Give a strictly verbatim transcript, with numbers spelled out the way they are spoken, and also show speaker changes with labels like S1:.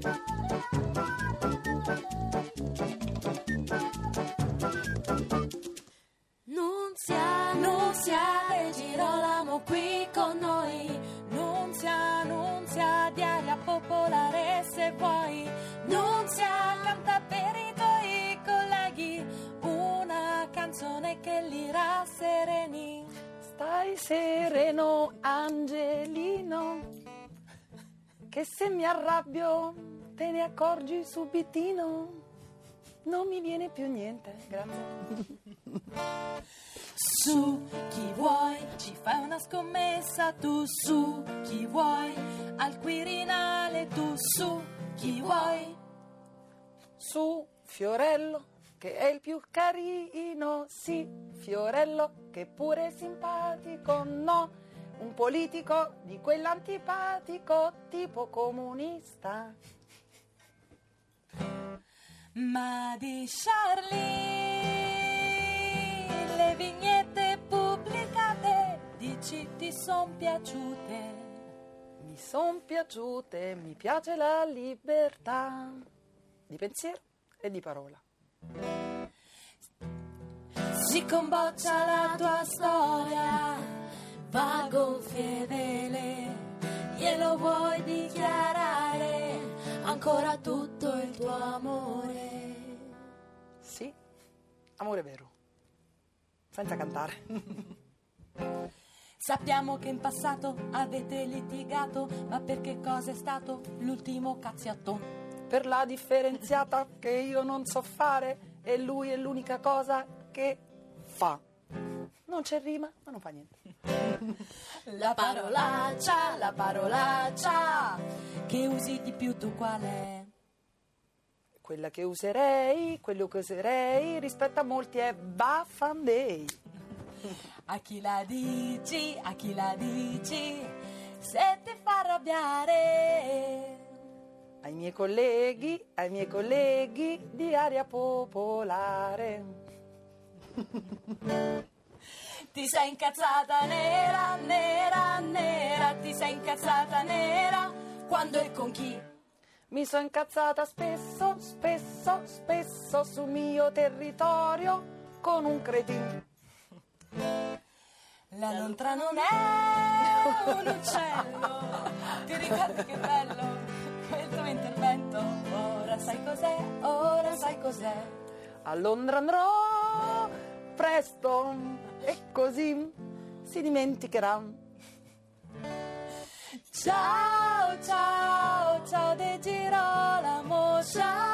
S1: Nunzia, Nunzia, e Girolamo qui con noi. Nunzia, Nunzia, di aria popolare se vuoi. Nunzia, canta per i tuoi colleghi una canzone che li rassereni.
S2: Stai sereno, Angelino, che se mi arrabbio te ne accorgi subitino. Non mi viene più niente, grazie.
S1: Su, chi vuoi, ci fai una scommessa, tu su, chi vuoi, al Quirinale, tu su, chi vuoi.
S2: Su, Fiorello, che è il più carino, sì, Fiorello, che pure è simpatico, no, un politico di quell'antipatico tipo comunista.
S1: Ma di Charlie le vignette pubblicate, dici ti son piaciute?
S2: Mi son piaciute, mi piace la libertà di pensiero e di parola.
S1: Si comboccia la tua storia, va gonfie vele, glielo vuoi dichiarare? Ancora tutto il tuo amore.
S2: Sì, amore vero, senza cantare.
S1: Sappiamo che in passato avete litigato, ma per che cosa è stato l'ultimo cazziatone?
S2: Per la differenziata che io non so fare e lui è l'unica cosa che fa. Non c'è rima, ma non fa niente.
S1: La parolaccia, la parolaccia che usi di più tu qual è?
S2: Quella che userei, quello che userei rispetto a molti è Baffandei.
S1: A chi la dici, a chi la dici, se ti fa arrabbiare?
S2: Ai miei colleghi, ai miei colleghi di Aria Popolare.
S1: Ti sei incazzata nera, nera, nera, ti sei incazzata nera, quando e con chi?
S2: Mi sono incazzata spesso, spesso, spesso sul mio territorio con un cretino.
S1: La lontra non è un uccello, ti ricordi che bello quel tuo intervento? Ora sai cos'è, ora sai cos'è.
S2: A Londra andrò presto e così si dimenticherà.
S1: Ciao, ciao, ciao De Girolamo, ciao.